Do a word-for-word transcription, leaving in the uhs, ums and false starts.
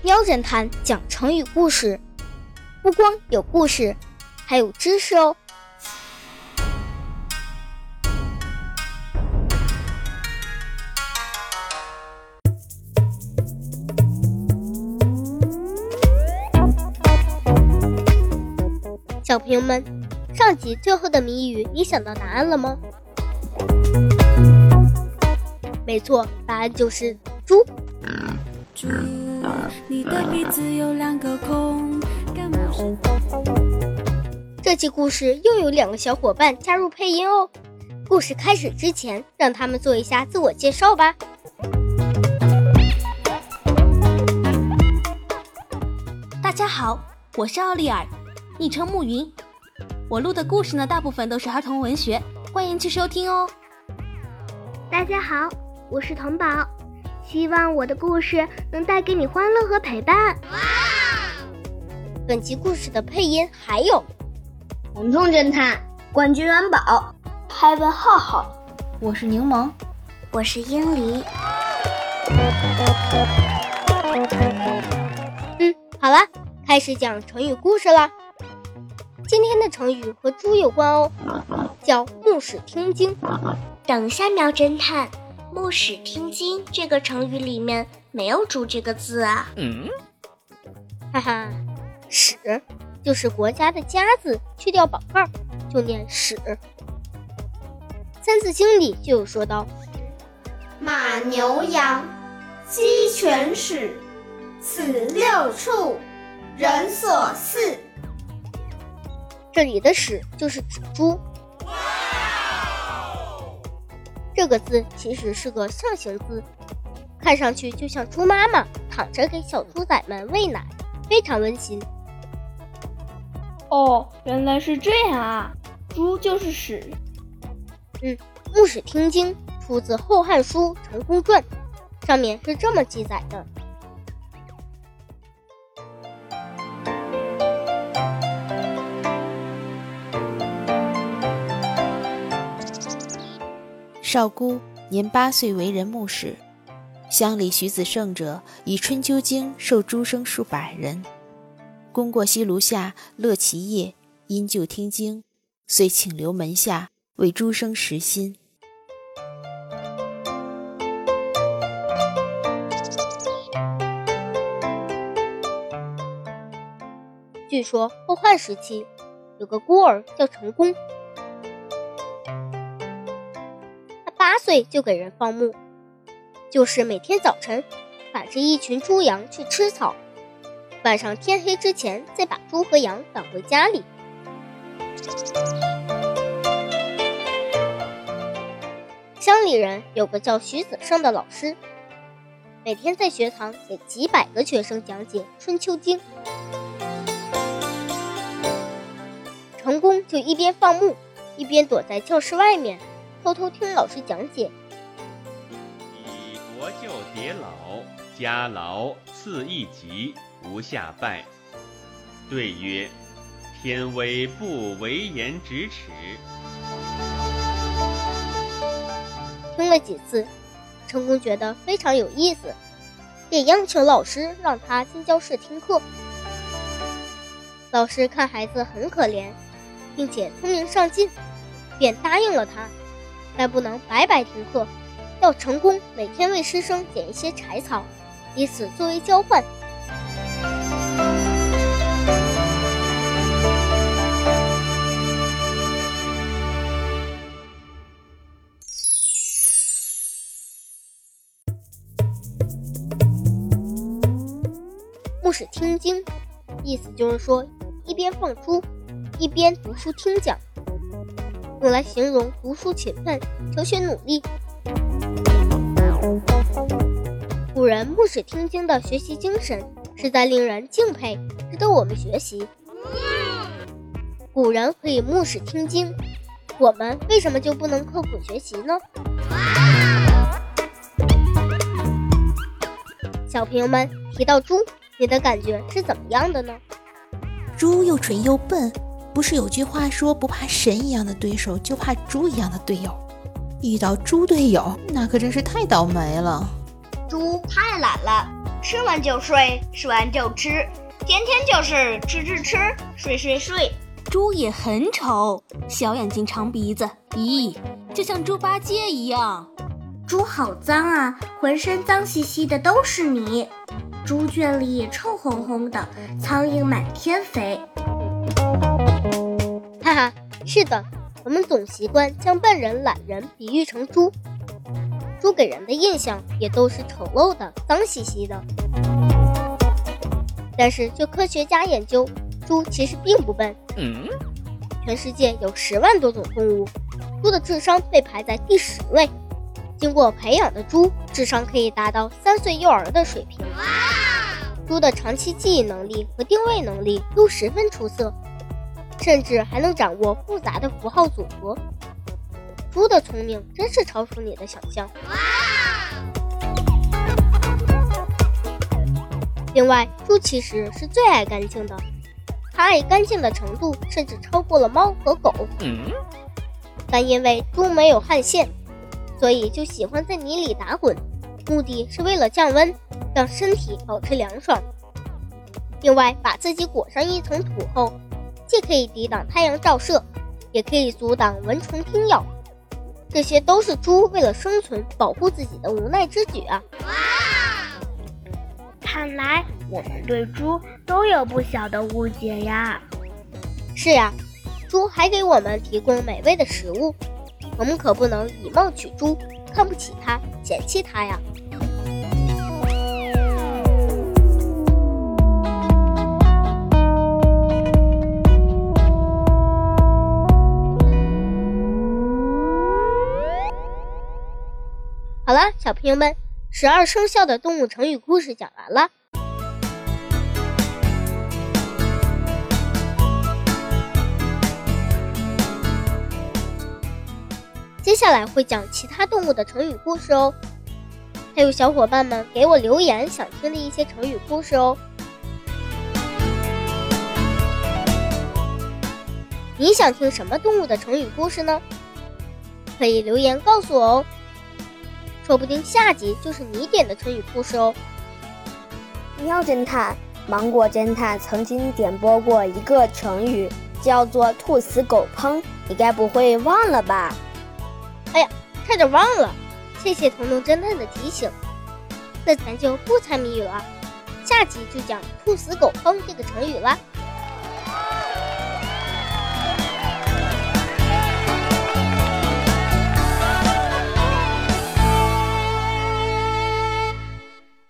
喵侦探讲成语故事，不光有故事，还有知识哦。小朋友们，上集最后的谜语你想到答案了吗？没错，答案就是猪。猪，你的鼻子有两个孔，干嘛？这期故事又有两个小伙伴加入配音哦。故事开始之前，让他们做一下自我介绍吧。 大家好，我是奥利尔，昵称暮云。我录的故事呢，大部分都是儿童文学，欢迎去收听哦。 大家好，我是童宝，希望我的故事能带给你欢乐和陪伴。 本集故事的配音还有虫虫侦探、冠军元宝、海文浩浩。 我是柠檬， 我是英梨。 嗯，好了，开始讲成语故事了。今天的成语和猪有关哦，叫目使听惊。 等一下，喵侦探，目使听惊这个成语里面没有猪这个字啊。 嗯，哈哈，使就是国家的家字，去掉宝盖就念使。三字经里就有说到， 马牛羊，鸡犬豕，此六畜，人所饲。 这里的使就是指猪。这个字其实是个象形字，看上去就像猪妈妈躺着给小猪仔们喂奶，非常温馨。 哦，原来是这样啊，猪就是使。 嗯，目使听惊出自《后汉书·成公传》，上面是这么记载的。 少姑年八岁，为人目使，乡里徐子胜者，以春秋经授诸生数百人。公过西庐下，乐其业，因就听经，遂请留门下，为诸生实心。 据说后汉时期有个孤儿叫成公，八岁就给人放牧，就是每天早晨把这一群猪羊去吃草，晚上天黑之前再把猪和羊赶回家里。乡里人有个叫徐子胜的老师，每天在学堂给几百个学生讲解《春秋经》。成功就一边放牧，一边躲在教室外面偷偷听老师讲解。 以国舅迭老，家劳赐一疾，无下拜。对曰：天威不为言咫尺。 听了几次，成功觉得非常有意思，也央求老师让他进教室听课。老师看孩子很可怜，并且聪明上进，便答应了他，但不能白白听课，要成功每天为师生捡一些柴草，以此作为交换。目使听经，意思就是说一边放猪，一边读书听讲，用来形容读书勤奋、求学努力。古人目使听经的学习精神实在令人敬佩，值得我们学习。古人可以目使听经，我们为什么就不能刻苦学习呢？小朋友们，提到猪，你的感觉是怎么样的呢？ 猪又蠢又笨，不是有句话说不怕神一样的对手，就怕猪一样的队友。遇到猪队友，那可真是太倒霉了。 猪太懒了， 吃完就睡，睡完就吃，天天就是吃吃吃，睡睡睡。 猪也很丑，小眼睛长鼻子，咦，就像猪八戒一样。 猪好脏啊，浑身脏兮兮的都是泥。猪圈里臭烘烘的，苍蝇满天飞。 哈哈，是的，我们总习惯将笨人懒人比喻成猪，猪给人的印象也都是丑陋的、脏兮兮的。但是据科学家研究，猪其实并不笨。嗯，全世界有十万多种动物，猪的智商被排在第十位。经过培养的猪，智商可以达到三岁幼儿的水平。猪的长期记忆能力和定位能力都十分出色，甚至还能掌握复杂的符号组合。猪的聪明真是超出你的想象。另外，猪其实是最爱干净的，它爱干净的程度甚至超过了猫和狗。嗯，但因为猪没有汗腺，所以就喜欢在泥里打滚，目的是为了降温，让身体保持凉爽。另外，把自己裹上一层土后，既可以抵挡太阳照射，也可以阻挡蚊虫叮咬。这些都是猪为了生存保护自己的无奈之举啊！ 看来我们对猪都有不小的误解呀。 是呀，猪还给我们提供美味的食物，我们可不能以貌取猪，看不起它，嫌弃它呀。好了，小朋友们，十二生肖的动物成语故事讲完了。接下来会讲其他动物的成语故事哦，还有小伙伴们给我留言想听的一些成语故事哦。你想听什么动物的成语故事呢？可以留言告诉我哦，说不定下集就是你点的成语故事哦。 喵侦探，芒果侦探曾经点播过一个成语，叫做兔死狗烹，你该不会忘了吧？ 哎呀，差点忘了，谢谢彤彤侦探的提醒。那咱就不猜谜语了，下集就讲兔死狗烹这个成语啦。